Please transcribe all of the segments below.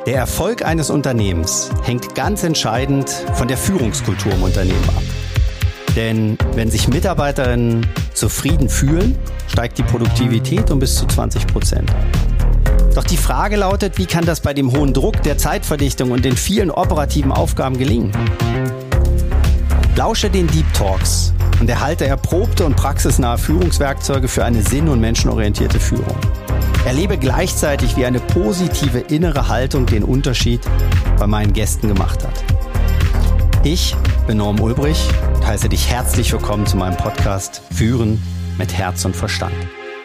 Der Erfolg eines Unternehmens hängt ganz entscheidend von der Führungskultur im Unternehmen ab. Denn wenn sich Mitarbeiterinnen zufrieden fühlen, steigt die Produktivität um bis zu 20%. Doch die Frage lautet, wie kann das bei dem hohen Druck, der Zeitverdichtung und den vielen operativen Aufgaben gelingen? Lausche den Deep Talks und erhalte erprobte und praxisnahe Führungswerkzeuge für eine sinn- und menschenorientierte Führung. Erlebe gleichzeitig, wie eine positive innere Haltung den Unterschied bei meinen Gästen gemacht hat. Ich bin Norm Ulbrich und heiße dich herzlich willkommen zu meinem Podcast Führen mit Herz und Verstand.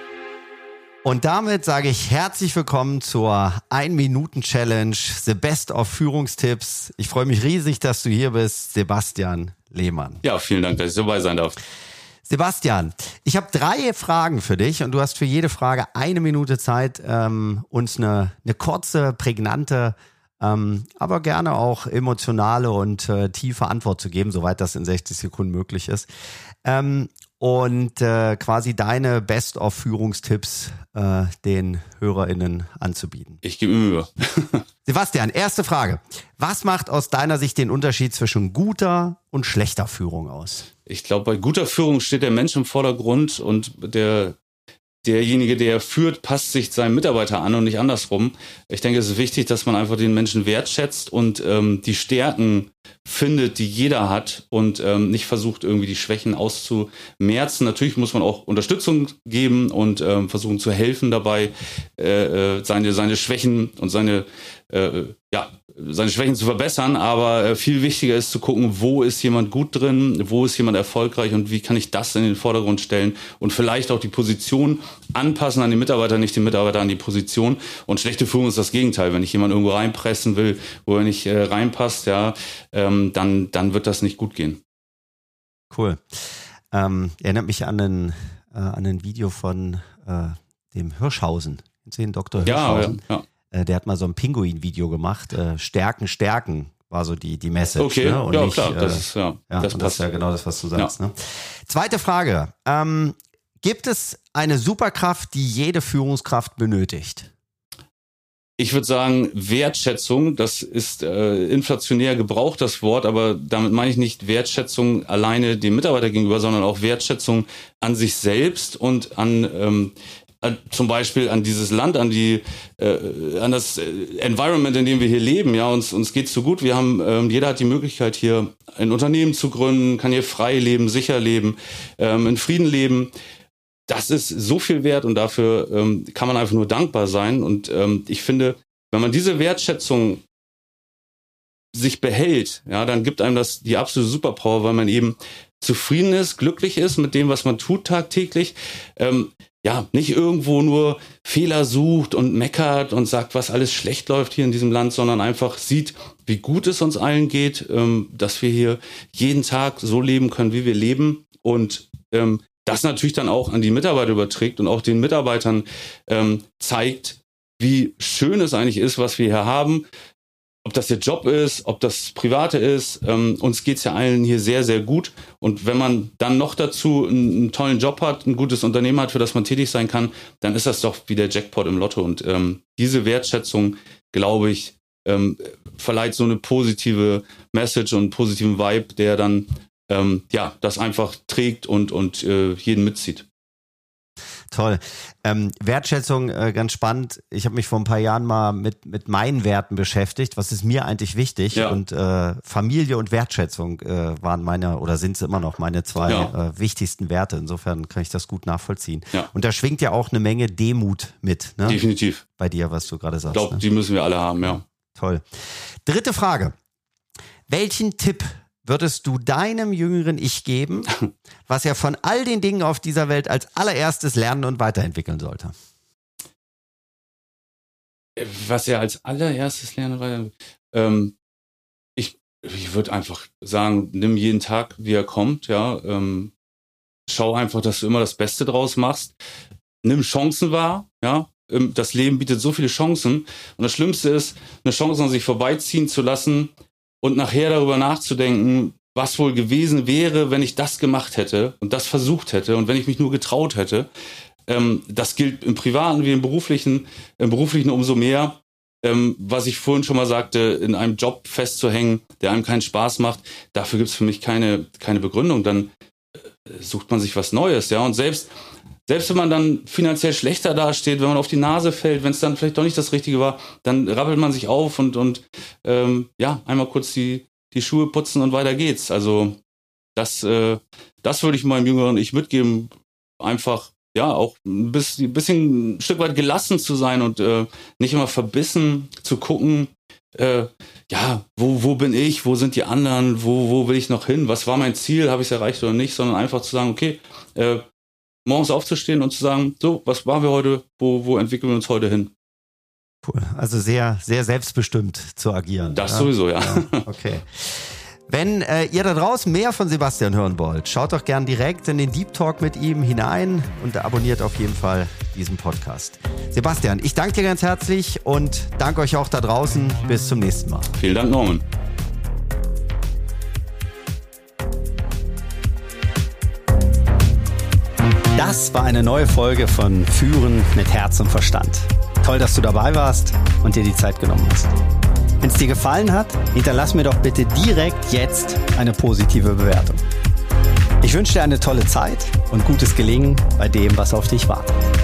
Und damit sage ich herzlich willkommen zur 1-Minuten-Challenge, The Best of Führungstipps. Ich freue mich riesig, dass du hier bist, Sebastian Lehmann. Ja, vielen Dank, dass ich dabei sein darf. Sebastian, ich habe 3 Fragen für dich und du hast für jede Frage 1 Minute Zeit, uns eine kurze, prägnante, aber gerne auch emotionale und tiefe Antwort zu geben, soweit das in 60 Sekunden möglich ist. Und quasi deine Best-of-Führungstipps den HörerInnen anzubieten. Ich gebe mir Mühe. Sebastian, erste Frage. Was macht aus deiner Sicht den Unterschied zwischen guter und schlechter Führung aus? Ich glaube, bei guter Führung steht der Mensch im Vordergrund und derjenige, der führt, passt sich seinem Mitarbeiter an und nicht andersrum. Ich denke, es ist wichtig, dass man einfach den Menschen wertschätzt und die Stärken findet, die jeder hat und nicht versucht, irgendwie die Schwächen auszumerzen. Natürlich muss man auch Unterstützung geben und versuchen zu helfen dabei, seine Schwächen und seine Schwächen zu verbessern, aber viel wichtiger ist zu gucken, wo ist jemand gut drin, wo ist jemand erfolgreich und wie kann ich das in den Vordergrund stellen und vielleicht auch die Position anpassen an den Mitarbeiter, nicht den Mitarbeiter an die Position. Und schlechte Führung ist das Gegenteil. Wenn ich jemanden irgendwo reinpressen will, wo er nicht reinpasst, dann wird das nicht gut gehen. Cool. Erinnert mich an ein Video von dem Hirschhausen, den Dr. Hirschhausen. Ja. Der hat mal so ein Pinguin-Video gemacht. Stärken war so die Message. Okay, ne? Und ja nicht, klar, das ist ja genau das, was du sagst. Ja. Ne? Zweite Frage. Gibt es eine Superkraft, die jede Führungskraft benötigt? Ich würde sagen, Wertschätzung, das ist inflationär gebraucht, das Wort, aber damit meine ich nicht Wertschätzung alleine dem Mitarbeiter gegenüber, sondern auch Wertschätzung an sich selbst und an zum Beispiel an dieses Land, an das Environment, in dem wir hier leben. Ja, uns geht's so gut. Wir haben, jeder hat die Möglichkeit, hier ein Unternehmen zu gründen, kann hier frei leben, sicher leben, in Frieden leben. Das ist so viel wert und dafür kann man einfach nur dankbar sein. Und ich finde, wenn man diese Wertschätzung sich behält, ja, dann gibt einem das die absolute Superpower, weil man eben zufrieden ist, glücklich ist mit dem, was man tut tagtäglich. Nicht irgendwo nur Fehler sucht und meckert und sagt, was alles schlecht läuft hier in diesem Land, sondern einfach sieht, wie gut es uns allen geht, dass wir hier jeden Tag so leben können, wie wir leben und das natürlich dann auch an die Mitarbeiter überträgt und auch den Mitarbeitern zeigt, wie schön es eigentlich ist, was wir hier haben. Ob das der Job ist, ob das Private ist, uns geht's ja allen hier sehr, sehr gut. Und wenn man dann noch dazu einen tollen Job hat, ein gutes Unternehmen hat, für das man tätig sein kann, dann ist das doch wie der Jackpot im Lotto. Und diese Wertschätzung, glaube ich, verleiht so eine positive Message und einen positiven Vibe, der dann das einfach trägt und jeden mitzieht. Toll. Wertschätzung, ganz spannend. Ich habe mich vor ein paar Jahren mal mit meinen Werten beschäftigt. Was ist mir eigentlich wichtig? Ja. Und Familie und Wertschätzung waren sind es immer noch meine 2 wichtigsten Werte. Insofern kann ich das gut nachvollziehen. Ja. Und da schwingt ja auch eine Menge Demut mit. Ne? Definitiv. Bei dir, was du gerade sagst. Ich glaube, die müssen wir alle haben, ja. Toll. Dritte Frage. Welchen Tipp würdest du deinem jüngeren Ich geben, was er von all den Dingen auf dieser Welt als allererstes lernen und weiterentwickeln sollte? Was er als allererstes lernen und weiterentwickeln? Ich würde einfach sagen, nimm jeden Tag, wie er kommt, ja. Schau einfach, dass du immer das Beste draus machst. Nimm Chancen wahr, ja. Das Leben bietet so viele Chancen. Und das Schlimmste ist, eine Chance an sich vorbeiziehen zu lassen, und nachher darüber nachzudenken, was wohl gewesen wäre, wenn ich das gemacht hätte und das versucht hätte und wenn ich mich nur getraut hätte. Das gilt im Privaten wie im Beruflichen umso mehr. was ich vorhin schon mal sagte, in einem Job festzuhängen, der einem keinen Spaß macht, dafür gibt es für mich keine Begründung. Dann sucht man sich was Neues, ja. Und selbst wenn man dann finanziell schlechter dasteht, wenn man auf die Nase fällt, wenn es dann vielleicht doch nicht das Richtige war, dann rappelt man sich auf und einmal kurz die Schuhe putzen und weiter geht's. Also das würde ich meinem jüngeren Ich mitgeben, einfach auch ein Stück weit gelassen zu sein und nicht immer verbissen zu gucken, wo bin ich, wo sind die anderen, wo will ich noch hin, was war mein Ziel, habe ich es erreicht oder nicht, sondern einfach zu sagen, okay, morgens aufzustehen und zu sagen, so, was waren wir heute, wo entwickeln wir uns heute hin? Cool, also sehr, sehr selbstbestimmt zu agieren. Das sowieso, ja. Okay. Wenn ihr da draußen mehr von Sebastian hören wollt, schaut doch gern direkt in den Deep Talk mit ihm hinein und abonniert auf jeden Fall diesen Podcast. Sebastian, ich danke dir ganz herzlich und danke euch auch da draußen. Bis zum nächsten Mal. Vielen Dank, Norman. Das war eine neue Folge von Führen mit Herz und Verstand. Toll, dass du dabei warst und dir die Zeit genommen hast. Wenn es dir gefallen hat, hinterlass mir doch bitte direkt jetzt eine positive Bewertung. Ich wünsche dir eine tolle Zeit und gutes Gelingen bei dem, was auf dich wartet.